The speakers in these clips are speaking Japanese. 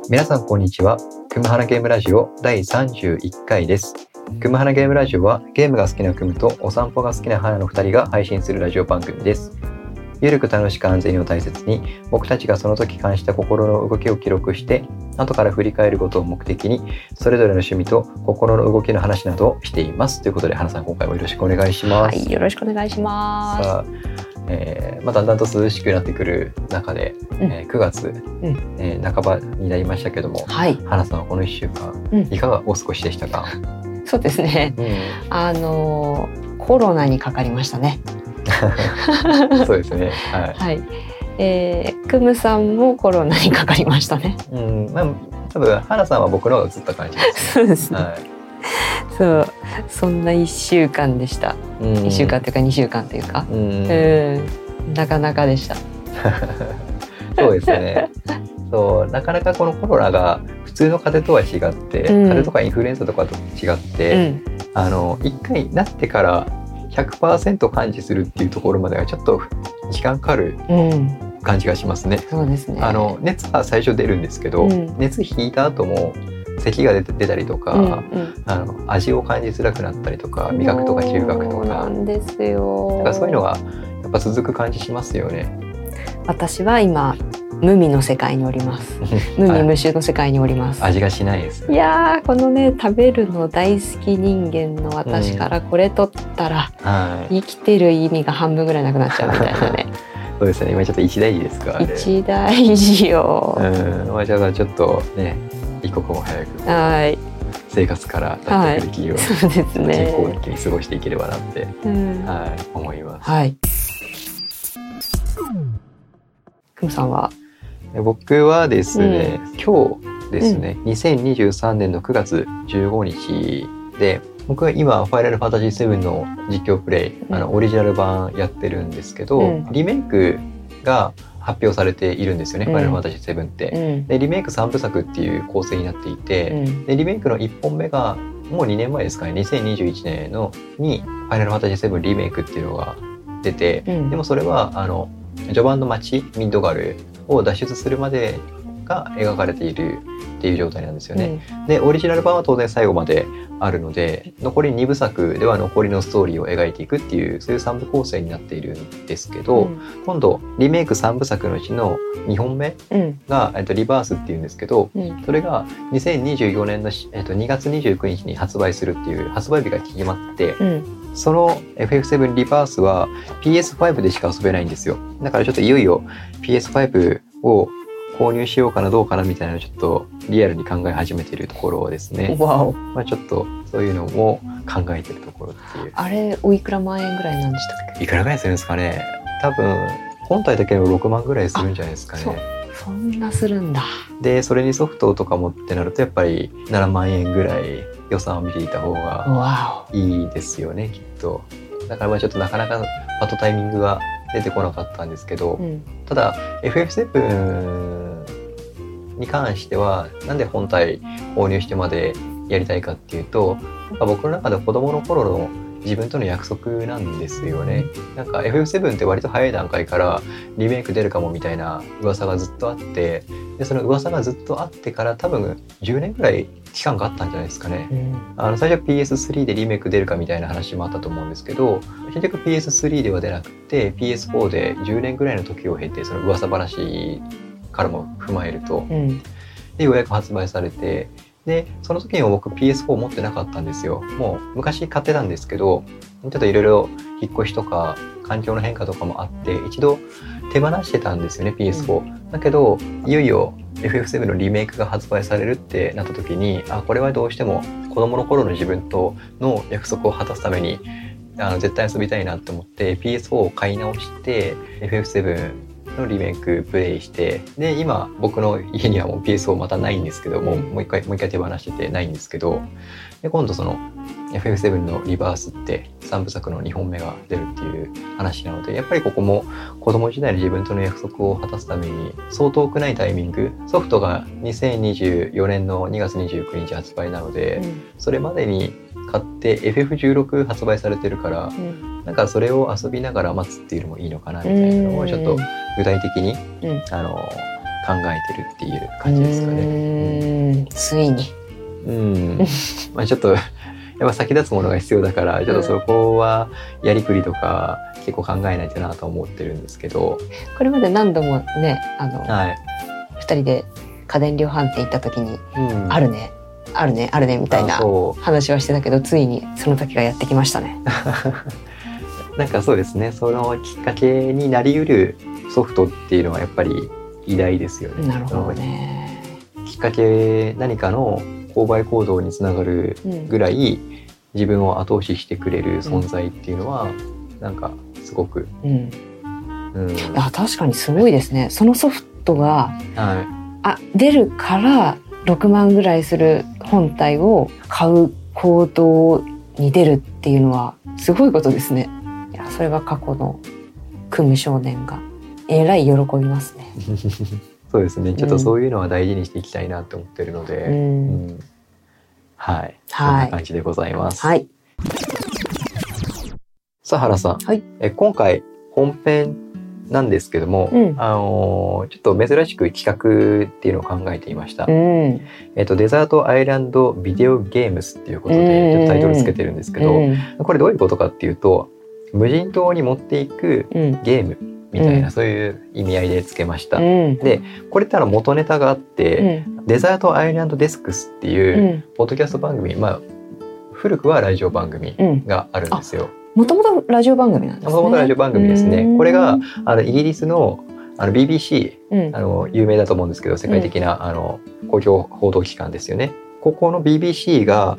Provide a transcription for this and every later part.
皆さんこんにちは。くむはなゲームラジオ第31回です。くむはなゲームラジオはゲームが好きなくむとお散歩が好きなはなの2人が配信するラジオ番組です。ゆるく楽しく安全を大切に、僕たちがその時感じた心の動きを記録して後から振り返ることを目的に、それぞれの趣味と心の動きの話などをしています。ということで、はなさん今回もよろしくお願いします。 はい、よろしくお願いします。 さあ、だんだんと涼しくなってくる中で、9月、半ばになりましたけども、 はい、 はなさんはこの1週間、いかがお過ごしでしたか？ そうですね、コロナにかかりましたね。 そうですね、はい、 くむさんもコロナにかかりましたね。 多分はなさんは僕の方が映った感じですね。 そうですね、 はい、 そんな1週間でした。1週間というか2週間というか、なかなかでした。 そうですね。そうなかなかこのコロナが普通の風邪とは違って、風邪とかインフルエンザとかと違って、一回なってから 100% 感知するっていうところまではちょっと時間かかる感じがしますね。 そうですね。 熱は最初出るんですけど、熱引いた後も咳が出たりとか、味を感じづらくなったりとか、味覚とか嗅覚とか、 そうなんですよ。 だからそういうのがやっぱ続く感じしますよね。 私は今無味の世界におります。無味無臭の世界におります。 味がしないですね。 いやー、このね、食べるの大好き人間の私からこれ取ったら、生きてる意味が半分ぐらいなくなっちゃうみたいなね。 そうですね。今ちょっと一大事ですか？ 一大事よ。 じゃあちょっとね、一刻も早く生活から脱却できるように、 そうですね、 健康的に過ごしていければなって、思います。 はい。くむさんは？ 僕はですね、今日ですね、2023年の9月15日で、僕は今ファイナルファンタジー7の実況プレイ、オリジナル版やってるんですけど、リメイクが発表されているんですよね、ファイナルファンタジー7って、でリメイク3部作っていう構成になっていて、でリメイクの1本目がもう2年前ですかね、2021年にファイナルファンタジー7リメイクっていうのが出て、でもそれは序盤の街ミッドガルを脱出するまでが描かれているっていう状態なんですよね。でオリジナル版は当然最後まであるので、残り2部作では残りのストーリーを描いていくっていう、そういう3部構成になっているんですけど、今度リメイク3部作のうちの2本目が、リバースっていうんですけど、それが2024年の、2月29日に発売するっていう発売日が決まって、その FF7 リバースは PS5 でしか遊べないんですよ。だからちょっといよいよ PS5 を購入しようかなどうかなみたいなのをちょっとリアルに考え始めているところですね。ちょっとそういうのも考えてるところっていう。 あれおいくら万円ぐらいなんでしたっけ？ いくらぐらいするんですかね。多分本体だけでも6万ぐらいするんじゃないですかね。 そんなするんだ。でそれにソフトとかもってなるとやっぱり7万円ぐらい予算を見ていた方がいいですよね、きっと。だからちょっとなかなかパッとタイミングが出てこなかったんですけど、ただ FF7 に関してはなんで本体購入してまでやりたいかっていうと、僕の中で子供の頃の自分との約束なんですよね。なんか FF7 って割と早い段階からリメイク出るかもみたいな噂がずっとあって、でその噂がずっとあってから多分10年ぐらい期間があったんじゃないですかね。最初は PS3 でリメイク出るかみたいな話もあったと思うんですけど、結局 PS3 では出なくて PS4 で10年ぐらいの時を経て、その噂話からも踏まえると、でようやく発売されて、でその時には僕 PS4 持ってなかったんですよ。もう昔買ってたんですけど、ちょっといろいろ引っ越しとか環境の変化とかもあって一度手放してたんですよね PS4、だけどいよいよ FF7 のリメイクが発売されるってなった時に、これはどうしても子供の頃の自分との約束を果たすために絶対遊びたいなと思って PS4 を買い直して FF7のリメイクプレイして、で今僕の家にはもう PS4 またないんですけども、もう一回手放しててないんですけど、で今度その FF7 のリバースって3部作の2本目が出るっていう話なので、やっぱりここも子供時代の自分との約束を果たすためにそう遠くないタイミング、ソフトが2024年の2月29日発売なので、それまでに買って FF16 発売されてるから、なんかそれを遊びながら待つっていうのもいいのかなみたいなのをちょっと具体的に、考考えてるっていう感じですかね。 ついに。 まあちょっとやっぱ先立つものが必要だからちょっとそこはやりくりとか結構考えないとなと思ってるんですけど、 これまで何度もね2人で家電量販店行った時に、あるねあるねあるねみたいな話はしてたけど、ついにその時がやってきましたね。 なんかそうですね、そのきっかけになりうるソフトっていうのはやっぱり偉大ですよね。 なるほどね。 きっかけ、何かの購買行動につながるぐらい自分を後押ししてくれる存在っていうのはなんかすごく、 確かにすごいですね。そのソフトが、出るから6万ぐらいする本体を買う行動に出るっていうのはすごいことですね。いや、それは過去の組む少年がえらい喜びますね。 そうですね、ちょっとそういうのは大事にしていきたいなと思ってるので、はい、そんな感じでございます。はい、さあ原さん、今回本編なんですけども、ちょっと珍しく企画っていうのを考えていました。デザートアイランドビデオゲームスっていうことでちょっとタイトルつけてるんですけど、これどういうことかっていうと、無人島に持っていくゲームみたいな、そういう意味合いでつけました。でこれって元ネタがあって、デザートアイランドデスクスっていうポッドキャスト番組、古くはラジオ番組があるんですよ。 もともとラジオ番組なんですね。 もともとラジオ番組ですね。これがイギリスのBBC、有名だと思うんですけど、世界的な公共報道機関ですよね。ここの BBC が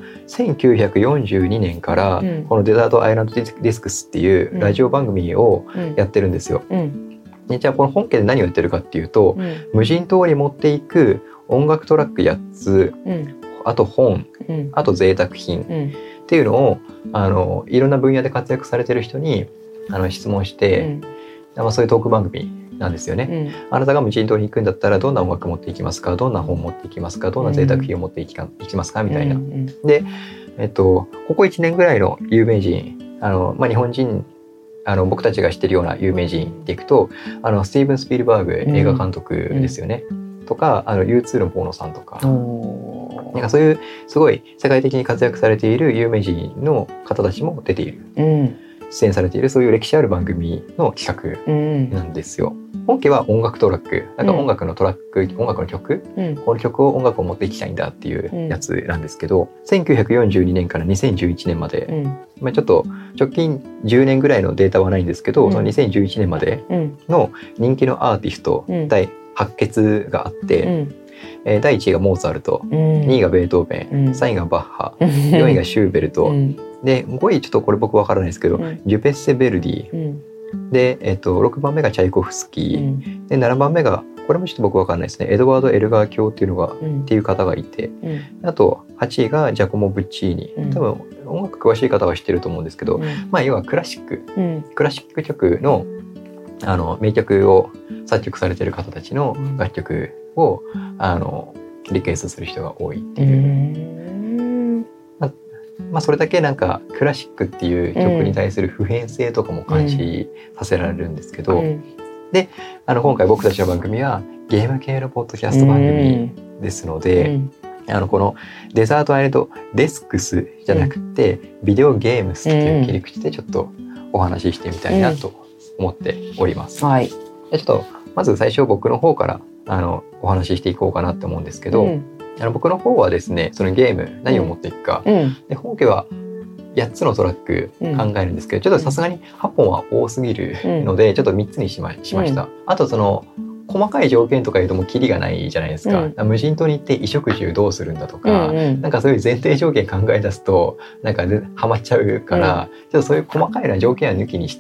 1942年からこのデザートアイランドデスクスっていうラジオ番組をやってるんですよ。じゃあこの本家で何をやってるかっていうと、無人島に持っていく音楽トラック8つ、あと本、あと贅沢品っていうのをいろんな分野で活躍されてる人に質問して、そういうトーク番組なんですよね。あなたが無人島に行くんだったらどんな音楽持っていきますか、どんな本持っていきますか、どんな贅沢品を持っていきますかみたいな。で、ここ1年ぐらいの有名人、日本人僕たちが知ってるような有名人でいくとスティーブン・スピルバーグ映画監督ですよね、とかU2 のボーノさんとか、なんかそういうすごい世界的に活躍されている有名人の方たちも出ている、出演されているそういう歴史ある番組の企画なんですよ。本家は音楽トラック、なんか音楽のトラック、音楽の曲、この曲を音楽を持っていきたいんだっていうやつなんですけど、1942年から2011年まで、ちょっと直近10年ぐらいのデータはないんですけど、その2011年までの人気のアーティスト第8決があって、第1位がモーツァルト、2位がベートーベン、3位がバッハ、4位がシューベルト、で5位ちょっとこれ僕わからないですけど、ジュペッセ・ベルディ、で、6番目がチャイコフスキー、で7番目がこれもちょっと僕わかんないですね、エドワード・エルガー卿っていうのが、っていう方がいて、あと8位がジャコモ・ブッチーニ、多分音楽詳しい方は知ってると思うんですけど、要はクラシック曲の名曲を作曲されてる方たちの楽曲をリクエストする人が多いっていう。それだけなんかクラシックっていう曲に対する普遍性とかも感じさせられるんですけど、で今回僕たちの番組はゲーム系のポッドキャスト番組ですので、このデザートアイランドデスクスじゃなくて、ビデオゲームスっていう切り口でちょっとお話ししてみたいなと思っております。ちょっとまず最初僕の方からお話ししていこうかなって思うんですけど、僕の方はですね、そのゲーム何を持っていくか、で本家は8つのトラック考えるんですけど、ちょっとさすがに8本は多すぎるので、ちょっと3つにしました。あとその細かい条件とか言うともうキリがないじゃないですか。無人島に行って衣食住どうするんだとか、なんかそういう前提条件考え出すとなんかハマっちゃうから、ちょっとそういう細かいな条件は抜きにして、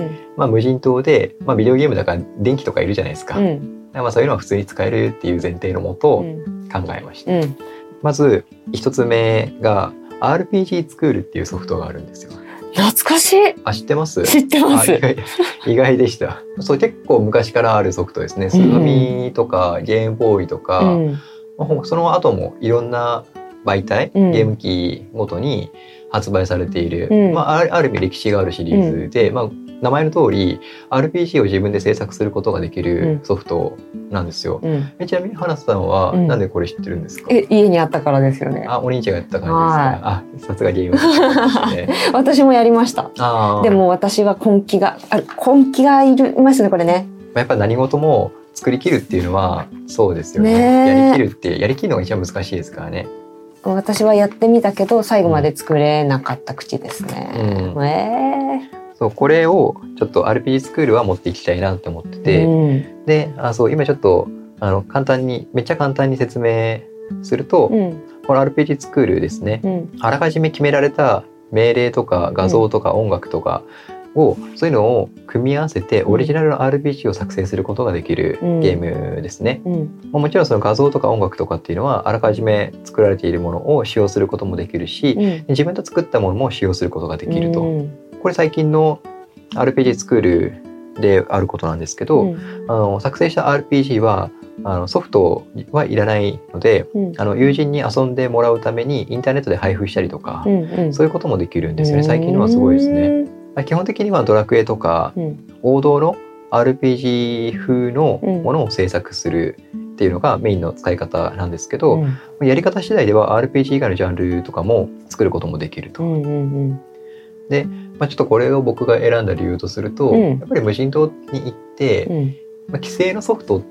無人島で、ビデオゲームだから電気とかいるじゃないですか。そういうのは普通に使えるっていう前提のもと考えました。まず一つ目が RPG スクールっていうソフトがあるんですよ。 懐かしい。 知ってます？ 知ってます。 意外でした。そう結構昔からあるソフトですね。スーファミとかゲームボーイとか、その後もいろんな媒体、ゲーム機ごとに発売されている、ある意味歴史があるシリーズで、 名前の通り RPG を自分で制作することができるソフトなんですよ。ちなみに花さんはなんでこれ知ってるんですか？ 家にあったからですよね。 お兄ちゃんがやった感じですか？さすがゲームですね。 私もやりました。でも私は根気がいますね、これね。 やっぱ何事も作り切るっていうのはそうですよね。やりきるのが一番難しいですからね。 私はやってみたけど最後まで作れなかった口ですね。 そう、これをちょっと RPG スクールは持っていきたいなと思ってて、で、今ちょっとめっちゃ簡単に説明すると、この RPG スクールですね、あらかじめ決められた命令とか画像とか音楽とかそういうのを組み合わせてオリジナルの RPG を作成することができるゲームですね。もちろんその画像とか音楽とかっていうのはあらかじめ作られているものを使用することもできるし、自分と作ったものも使用することができると。これ最近の RPG スクールであることなんですけど、作成した RPG はソフトはいらないので、友人に遊んでもらうためにインターネットで配布したりとか、そういうこともできるんですよね。最近のはすごいですね。基本的にはドラクエとか、王道の RPG 風のものを制作するっていうのがメインの使い方なんですけど、やり方次第では RPG 以外のジャンルとかも作ることもできると。で、ちょっとこれを僕が選んだ理由とすると、やっぱり無人島に行って、既成のソフトって、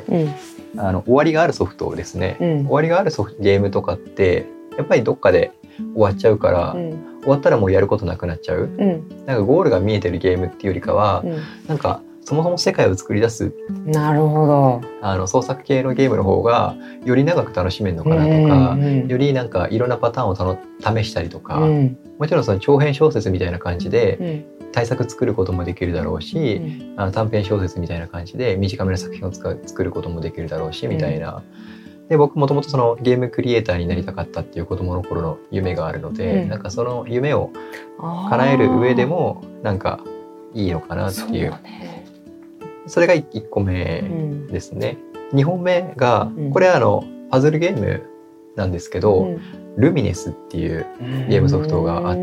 終わりがあるソフトですね。終わりがあるゲームとかってやっぱりどっかで終わっちゃうから、終わったらもうやることなくなっちゃう、なんかゴールが見えてるゲームっていうよりかは、なんかそもそも世界を作り出す、 なるほど、 創作系のゲームの方がより長く楽しめるのかなとか、よりなんかいろんなパターンを試したりとか、もちろんその長編小説みたいな感じで大作作ることもできるだろうし、短編小説みたいな感じで短めの作品を作ることもできるだろうしみたいな。で、僕もともとそのゲームクリエイターになりたかったっていう子供の頃の夢があるので、なんかその夢を叶える上でもなんかいいのかなっていう。それが1個目ですね。2本目がこれパズルゲームなんですけど、ルミネスっていうゲームソフトがあって、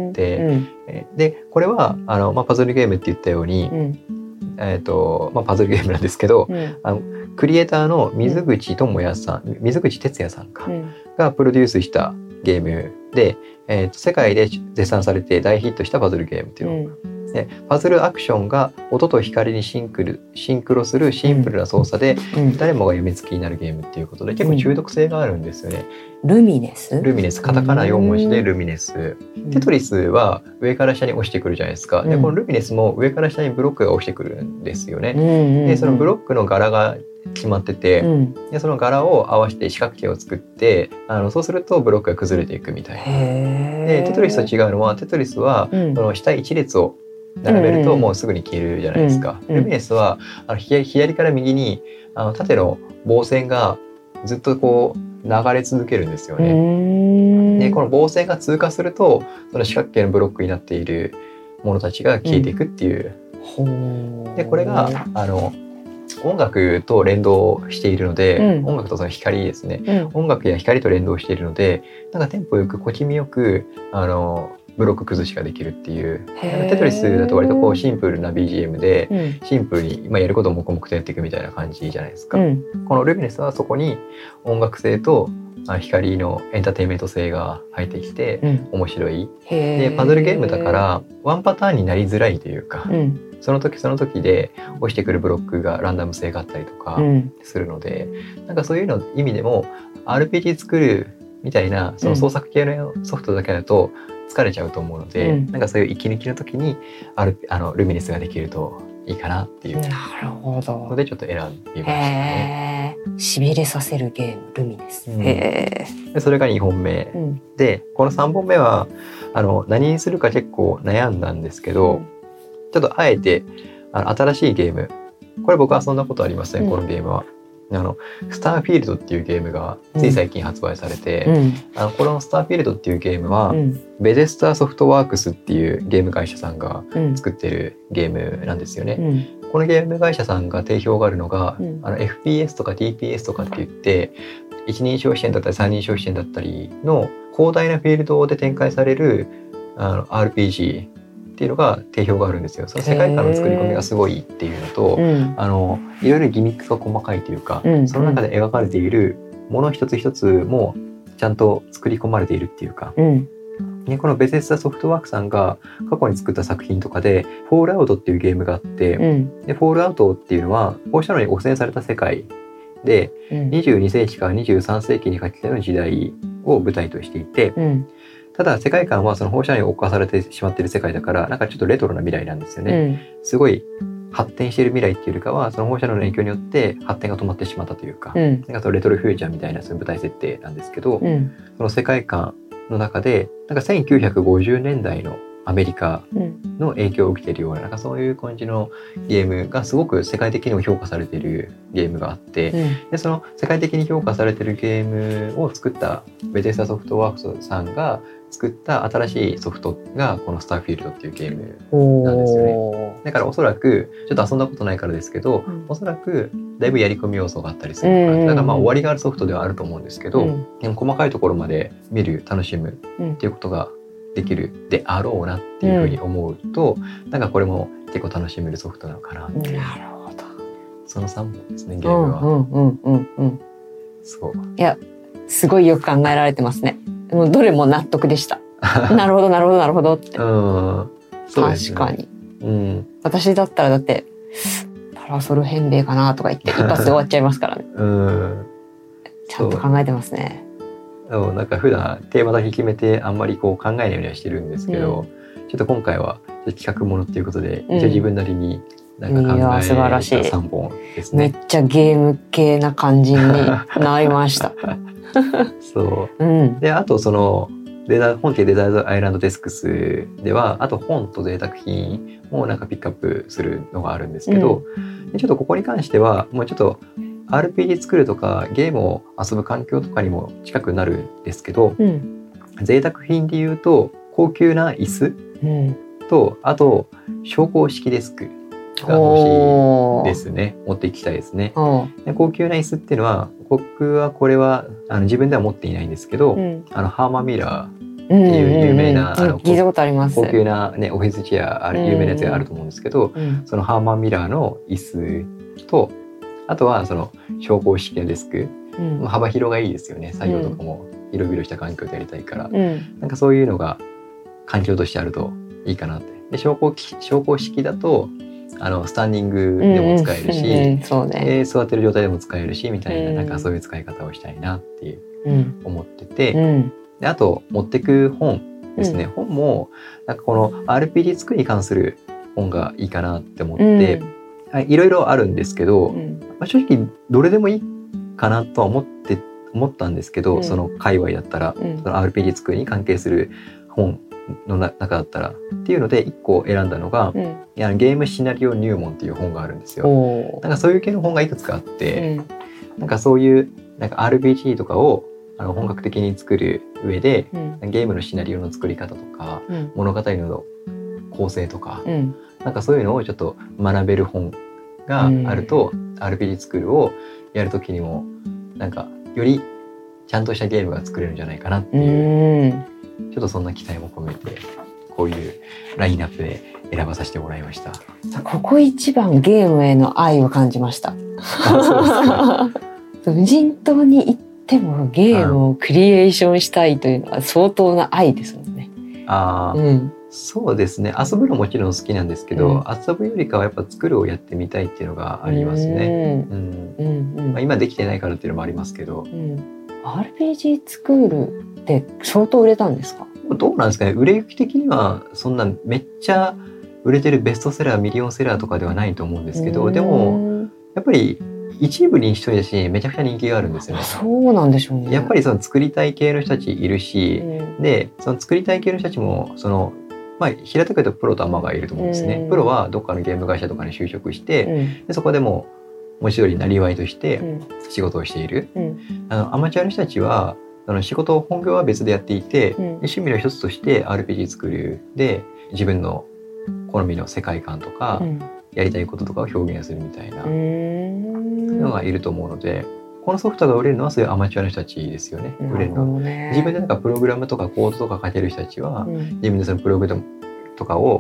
でこれはパズルゲームって言ったように、パズルゲームなんですけど、クリエイターの水口哲也さんがプロデュースしたゲームで、世界で絶賛されて大ヒットしたパズルゲームっていうので、パズルアクションが音と光にシンクロするシンプルな操作で、誰もが夢つきになるゲームっていうことで結構中毒性があるんですよね。 ルミネス、 カタカナ4文字でルミネス。テトリスは上から下に押してくるじゃないですか。でこのルミネスも上から下にブロックが押してくるんですよね。でそのブロックの柄が決まってて、でその柄を合わせて四角形を作って、そうするとブロックが崩れていくみたいな。でテトリスと違うのは、テトリスはその下一列を並べるともうすぐに消えるじゃないですか。ルミネスは左から右に縦の棒線がずっとこう流れ続けるんですよね。でこの棒線が通過するとその四角形のブロックになっているものたちが消えていくっていう。でこれが音楽と連動しているので、音楽とその光ですね、音楽や光と連動しているので、なんかテンポよく小気味よくブロック崩しができるっていう。テトリスだと割とこうシンプルな BGM で、シンプルにやることを黙々とやっていくみたいな感じじゃないですか。このルミネスはそこに音楽性と光のエンターテインメント性が入ってきて面白い。でパズルゲームだからワンパターンになりづらいというか、その時その時で落ちてくるブロックがランダム性があったりとかするので、なんかそういうの意味でも RPG 作るみたいなその創作系のソフトだけだと疲れちゃうと思うので、なんかそういう息抜きの時にルミネスができできるといいかなっていう。 なるほど。 のでちょっと選んでみましたね。 しびれさせるゲームルミネス。 でそれが2本目、でこの3本目は何にするか結構悩んだんですけど、ちょっとあえて新しいゲーム、これ僕は遊んだことありません、このゲームは。スターフィールドっていうゲームがつい最近発売されて、このスターフィールドっていうゲームは、ベゼスターソフトワークスっていうゲーム会社さんが作ってるゲームなんですよね。このゲーム会社さんが定評があるのが、FPS とか TPS とかって言って一人称視点だったり三人称視点だったりの広大なフィールドで展開されるRPG っていうのが定評があるんですよ。その世界観の作り込みがすごいっていうのと、いろいろギミックが細かいというか、その中で描かれているもの一つ一つもちゃんと作り込まれているっていうか、このベセスダソフトワークさんが過去に作った作品とかでフォールアウトっていうゲームがあって、でフォールアウトっていうのは放射能に汚染された世界で、22世紀から23世紀にかけての時代を舞台としていて、ただ世界観はその放射能に侵されてしまっている世界だから、なんかちょっとレトロな未来なんですよね。すごい発展している未来っていうよりかは、その放射能の影響によって発展が止まってしまったというか、なんかそのレトロフューチャーみたいなそういう舞台設定なんですけど、その世界観の中でなんか1950年代のアメリカの影響を受けているような、なんかそういう感じのゲームがすごく世界的にも評価されているゲームがあって、でその世界的に評価されているゲームを作ったベテスダソフトワークスさんが作った新しいソフトがこのスターフィールドっていうゲームなんですよね。だからおそらくちょっと遊んだことないからですけど、おそらくだいぶやり込み要素があったりするから、だからまあ終わりがあるソフトではあると思うんですけど、でも細かいところまで見る楽しむっていうことができるであろうなっていうふうに思うと、なんかこれも結構楽しめるソフトなのかなっていう。 なるほど。 その3本ですね、ゲームは。そう。 いや、すごいよく考えられてますね。もうどれも納得でした。なるほどなるほどなるほどって。そうですね、確かに。私だったらだってパラソル変兵衛かなとか言って一発で終わっちゃいますからね。ちゃんと考えてますね。 なんか普段テーマだけ決めてあんまりこう考えないようにはしてるんですけど、ちょっと今回は企画ものっていうことで、一応自分なりになんか考えた3本ですね。 めっちゃゲーム系な感じになりました。 そう。であとその本家デザイアイランドデスクスではあと本と贅沢品もなんかピックアップするのがあるんですけど、ちょっとここに関してはもうちょっとRPG 作るとかゲームを遊ぶ環境とかにも近くなるんですけど、贅沢品でいうと高級な椅子と、あと昇降式デスクが欲しいですね。持っていきたいですね。で高級な椅子っていうのは僕はこれは自分では持っていないんですけど、ハーマーミラーっていう有名な聞いたことあります。 高級な、ね、オフィスチェア有名なやつがあると思うんですけど、そのハーマーミラーの椅子とあとはその昇降式のデスク、幅広がいいですよね。作業とかも広々した環境でやりたいから、なんかそういうのが環境としてあるといいかなって。で昇降式だとスタンディングでも使えるし、座ってる状態でも使えるしみたいな、なんかそういう使い方をしたいなっていう思ってて、であと持ってく本ですね。本もなんかこの RPG 作りに関する本がいいかなって思って、いろいろあるんですけど、正直どれでもいいかなとは思ったんですけど、その界隈だったら、その RPG 作りに関係する本の中だったらっていうので1個選んだのが、ゲームシナリオ入門っていう本があるんですよ。なんかそういう系の本がいくつかあって、なんかそういうなんか RPG とかを本格的に作る上で、ゲームのシナリオの作り方とか、物語の構成とか、なんかそういうのをちょっと学べる本があると、RPG 作るをやるときにもなんかよりちゃんとしたゲームが作れるんじゃないかなっていう、ちょっとそんな期待も込めてこういうラインナップで選ばさせてもらいました。 ここ一番ゲームへの愛を感じました。そうですか。無人島に行ってもゲームをクリエーションしたいというのは相当な愛ですもんね。 そうですね。遊ぶのもちろん好きなんですけど、遊ぶよりかはやっぱ作るをやってみたいっていうのがありますね。今できてないからっていうのもありますけど。 RPG 作るって相当売れたんですか？ どうなんですかね。売れ行き的にはそんなめっちゃ売れてるベストセラーミリオンセラーとかではないと思うんですけど、でもやっぱり一部に一人だしめちゃくちゃ人気があるんですよね。 そうなんでしょうね。 やっぱりその作りたい系の人たちいるし、でその作りたい系の人たちもその平たく言うとプロとアマがいると思うんですね。プロはどっかのゲーム会社とかに就職して、でそこでも文字通りなりわいとして仕事をしている。アマチュアの人たちは仕事本業は別でやっていて、趣味の一つとして RPG 作るで自分の好みの世界観とか、やりたいこととかを表現するみたいなのがいると思うので、このソフトが売れるのはそういうアマチュアの人たちですよね。売れるのは自分でなんかプログラムとかコードとか書ける人たちは、自分でそのプログラムとかを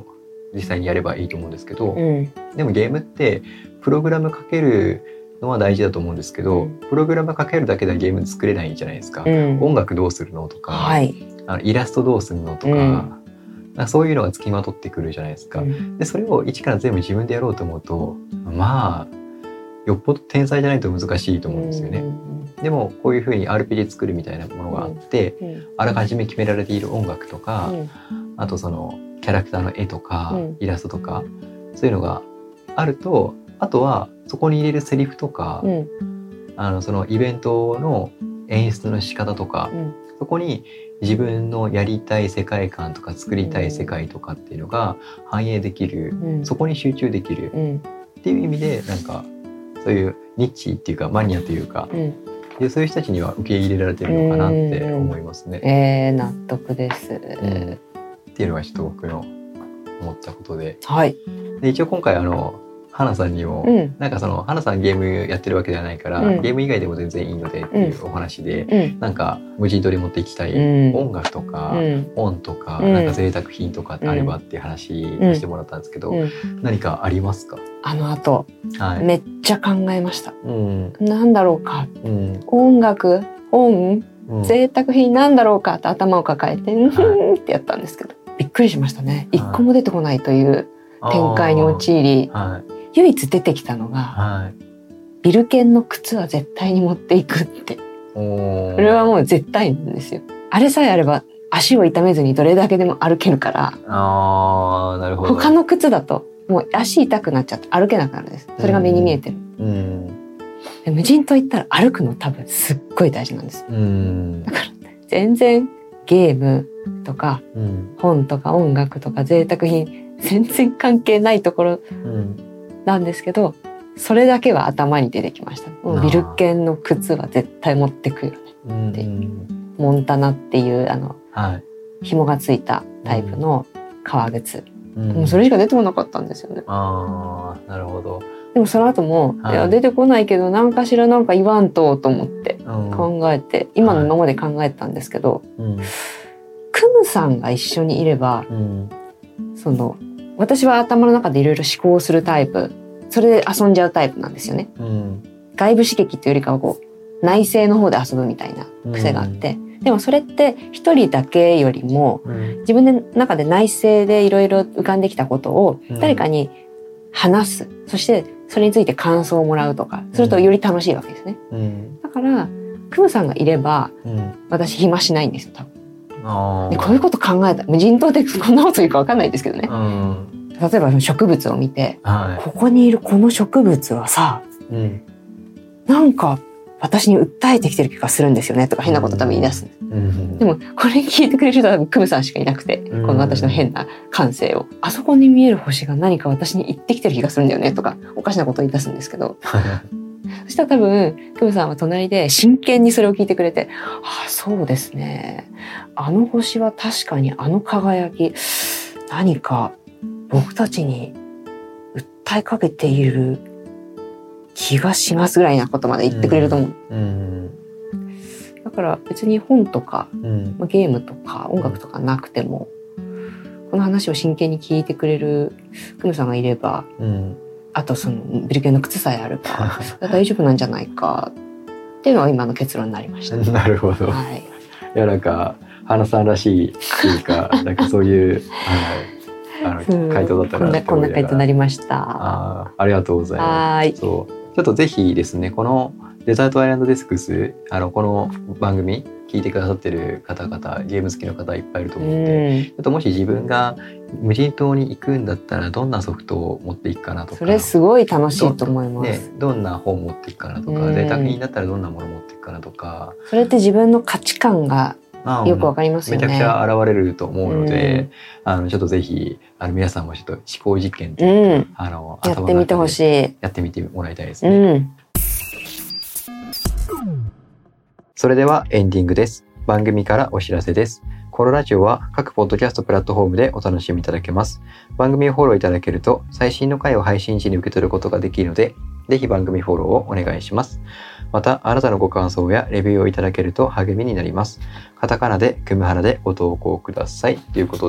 実際にやればいいと思うんですけど、でもゲームってプログラムかけるのは大事だと思うんですけど、プログラムかけるだけではゲーム作れないじゃないですか。音楽どうするのとか、イラストどうするのとか、そういうのが付きまとってくるじゃないですか。でそれを一から全部自分でやろうと思うと、まあよっぽど天才じゃないと難しいと思うんですよね。でもこういうふうに RPG 作るみたいなものがあって、あらかじめ決められている音楽とか、あとそのキャラクターの絵とか、イラストとか、そういうのがあると、あとはそこに入れるセリフとか、そのイベントの演出の仕方とか、そこに自分のやりたい世界観とか作りたい世界とかっていうのが反映できる、そこに集中できるっていう意味で、なんかそういうニッチっていうかマニアというか、そういう人たちには受け入れられてるのかなって思いますね。 納得です、 っていうのがちょっと僕の思ったことで、 で一応今回花さんにも、なんかその花さんゲームやってるわけではないから、ゲーム以外でも全然いいのでっていうお話で、なんか無人島で持っていきたい音楽とか、本とか、なんか贅沢品とかってあればっていう話をしてもらったんですけど、何かありますか？ 後、めっちゃ考えました。なんだろうか、音楽、本、贅沢品なんだろうかって頭を抱えてってやったんですけど、びっくりしましたね。一個も出てこないという展開に陥り、唯一出てきたのが、ビルケンの靴は絶対に持っていくって。これはもう絶対なんですよ。あれさえあれば足を痛めずにどれだけでも歩けるから。 なるほど。 他の靴だともう足痛くなっちゃって歩けなくなるんです。それが目に見えてる。で無人島行ったら歩くの多分すっごい大事なんです。だから全然ゲームとか、本とか音楽とか贅沢品全然関係ないところなんですけど、それだけは頭に出てきました。もうビルケンの靴は絶対持ってくよねって、モンタナっていう紐がついたタイプの革靴、もうそれしか出てこなかったんですよね。 なるほど。 でもその後も、いや出てこないけど何かしらなんか言わんと思って考えて、今のままで考えたんですけど、クムさんが一緒にいれば、その私は頭の中でいろいろ思考するタイプ、それで遊んじゃうタイプなんですよね。外部刺激というよりかはこう内省の方で遊ぶみたいな癖があって、でもそれって一人だけよりも、自分の中で内省でいろいろ浮かんできたことを誰かに話す、そしてそれについて感想をもらうとかするとより楽しいわけですね。だからクムさんがいれば、私暇しないんですよ多分。でこういうこと考えた、無人島でこんなこと言うか分かんないですけどね、例えば植物を見て、ここにいるこの植物はさ、なんか私に訴えてきてる気がするんですよねとか変なこと多分言い出すんです、でもこれ聞いてくれる人は多分クムさんしかいなくて、この私の変な感性を、あそこに見える星が何か私に言ってきてる気がするんだよねとかおかしなことを言い出すんですけどそしたら多分クムさんは隣で真剣にそれを聞いてくれて、あ、そうですね、あの星は確かにあの輝き、何か僕たちに訴えかけている気がしますぐらいなことまで言ってくれると思う。だから別に本とか、ゲームとか音楽とかなくても、この話を真剣に聞いてくれるクムさんがいれば、あとそのビルケンの靴さえあれば大丈夫なんじゃないかっていうのが今の結論になりました。 なるほど。いやなんか花さんらしいっていうかなんかそういう回答だったなってこんな回答になりました。 ありがとうございます。そうちょっとぜひですね、このデザートアイランドデスクス、この番組聞いてくださってる方々、ゲーム好きの方いっぱいいると思うので、ちょっともし自分が無人島に行くんだったらどんなソフトを持っていくかなとか、 それすごい楽しいと思います。 どんな本持っていくかなとか、贅沢品だったらどんなもの持っていくかなとか、 それって自分の価値観がよくわかりますよね。 めちゃくちゃ現れると思うので、ちょっとぜひ皆さんもちょっと思考実験というか、 やってみてほしい。 やってみてもらいたいですね。それではエンディングです。番組からお知らせです。このラジオは各ポッドキャストプラットフォームでお楽しみいただけます。番組をフォローいただけると最新の回を配信時に受け取ることができるので、ぜひ番組フォローをお願いします。また、あなたのご感想やレビューをいただけると励みになります。カタカナでクムハラでご投稿ください。ということで、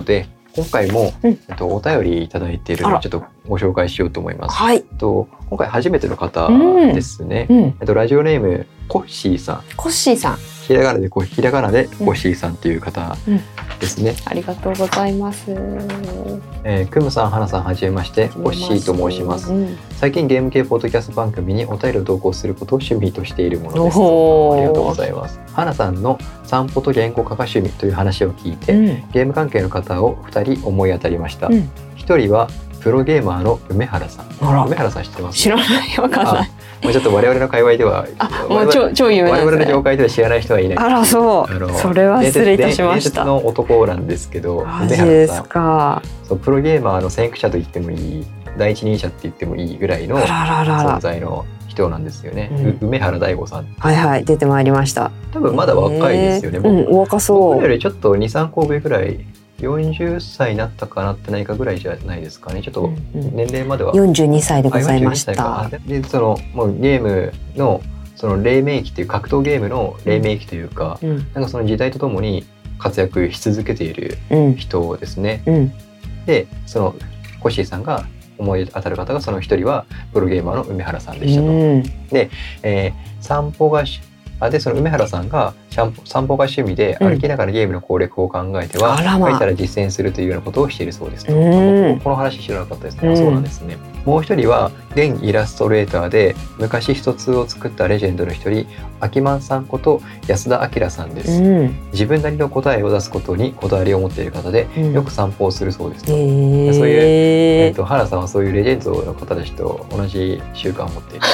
今回も、お便りいただいているのでちょっとご紹介しようと思います。 はい。 今回初めての方ですね。ラジオネームコッシーさん。 コッシーさん。 ひらがなでコッシーさんという方ですね。 ありがとうございます。 クムさん、はなさん、はじめまして、コッシーと申します。最近ゲーム系ポッドキャスト番組にお便りを投稿することを趣味としているものです。ありがとうございます。はなさんの散歩と言語化が趣味という話を聞いて、ゲーム関係の方を2人思い当たりました。1人はプロゲーマーの梅原さん。梅原さん知ってます？ 知らない、わかんない。 もうちょっと我々の界隈では、 もう超有名ですね。 我々の業界では知らない人はいない。 あら、そう。それは失礼いたしました。 伝説の男なんですけど、 マジですか。 プロゲーマーの先駆者と言ってもいい、第一人者って言ってもいいぐらいの存在の人なんですよね。梅原大吾さん。 はいはい、出てまいりました。 多分まだ若いですよね。 若そう。 僕よりちょっと2、3個上ぐらい。40歳になったかなってないかぐらいじゃないですかね。ちょっと年齢までは 42歳でございました。 でもうゲームのその黎明期っていう格闘ゲームの黎明期というか、なんかその時代とともに活躍し続けている人ですね。でそのコッシーさんが思い当たる方がその一人はプロゲーマーの梅原さんでしたと。で、散歩がでその梅原さんが散歩が趣味で歩きながらゲームの攻略を考えては、書いたら実践するというようなことをしているそうですと。この話知らなかったですね。そうなんですね。もう一人は現イラストレーターで昔一つを作ったレジェンドの一人、アキマンさんこと安田明さんです。自分なりの答えを出すことにこだわりを持っている方で、よく散歩をするそうですと。そういう、原さんはそういうレジェンドの方たちと同じ習慣を持っている。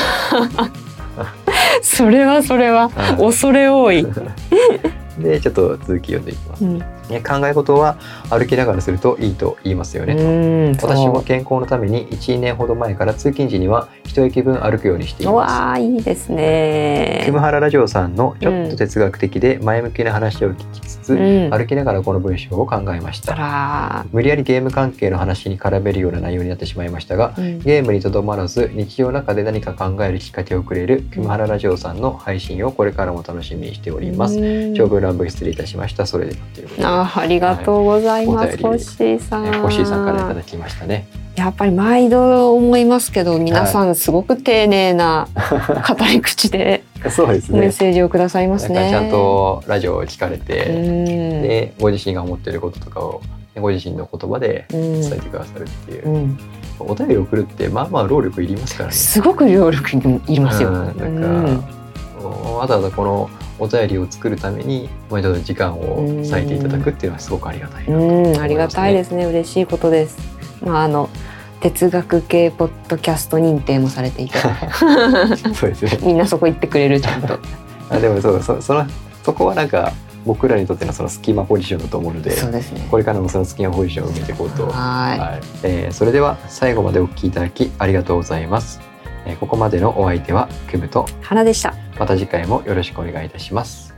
それは恐れ多い。 でちょっと続き読んでいきます。考え事は歩きながらするといいと言いますよねと。私も健康のために 1,2 年ほど前から通勤時には一駅分歩くようにしています。 わあ、いいですね。 クムハララジオさんのちょっと哲学的で前向きな話を聞きつつ、歩きながらこの文章を考えました。無理やりゲーム関係の話に絡めるような内容になってしまいましたが、ゲームにとどまらず日常の中で何か考えるきっかけをくれるクムハララジオさんの配信をこれからも楽しみにしております。長文乱文失礼いたしました。それではということで。 ありがとうございます。コッシーさん。 コッシーさんからいただきましたね。 やっぱり毎度思いますけど、皆さんすごく丁寧な語り口でそうですね、 メッセージをくださいますね。 ちゃんとラジオを聞かれて、でご自身が思っていることとかをご自身の言葉で伝えてくださるっていう。お便りを送るってまあまあ労力いりますからね。 すごく労力いりますよ。 だからわざわざこのお便りを作るためにもう一度時間を割いていただくっていうのはすごくありがたいなと思いますね。 ありがたいですね。嬉しいことです。哲学系ポッドキャスト認定もされていてそうですね。 みんなそこ行ってくれるちゃんと。 でもそこはなんか僕らにとってのその隙間ポジションだと思うので、 そうですね、 これからもその隙間ポジションを埋めていこうと。それでは最後までお聞きいただきありがとうございます。ここまでのお相手はクムと花でした。 また次回もよろしくお願いいたします。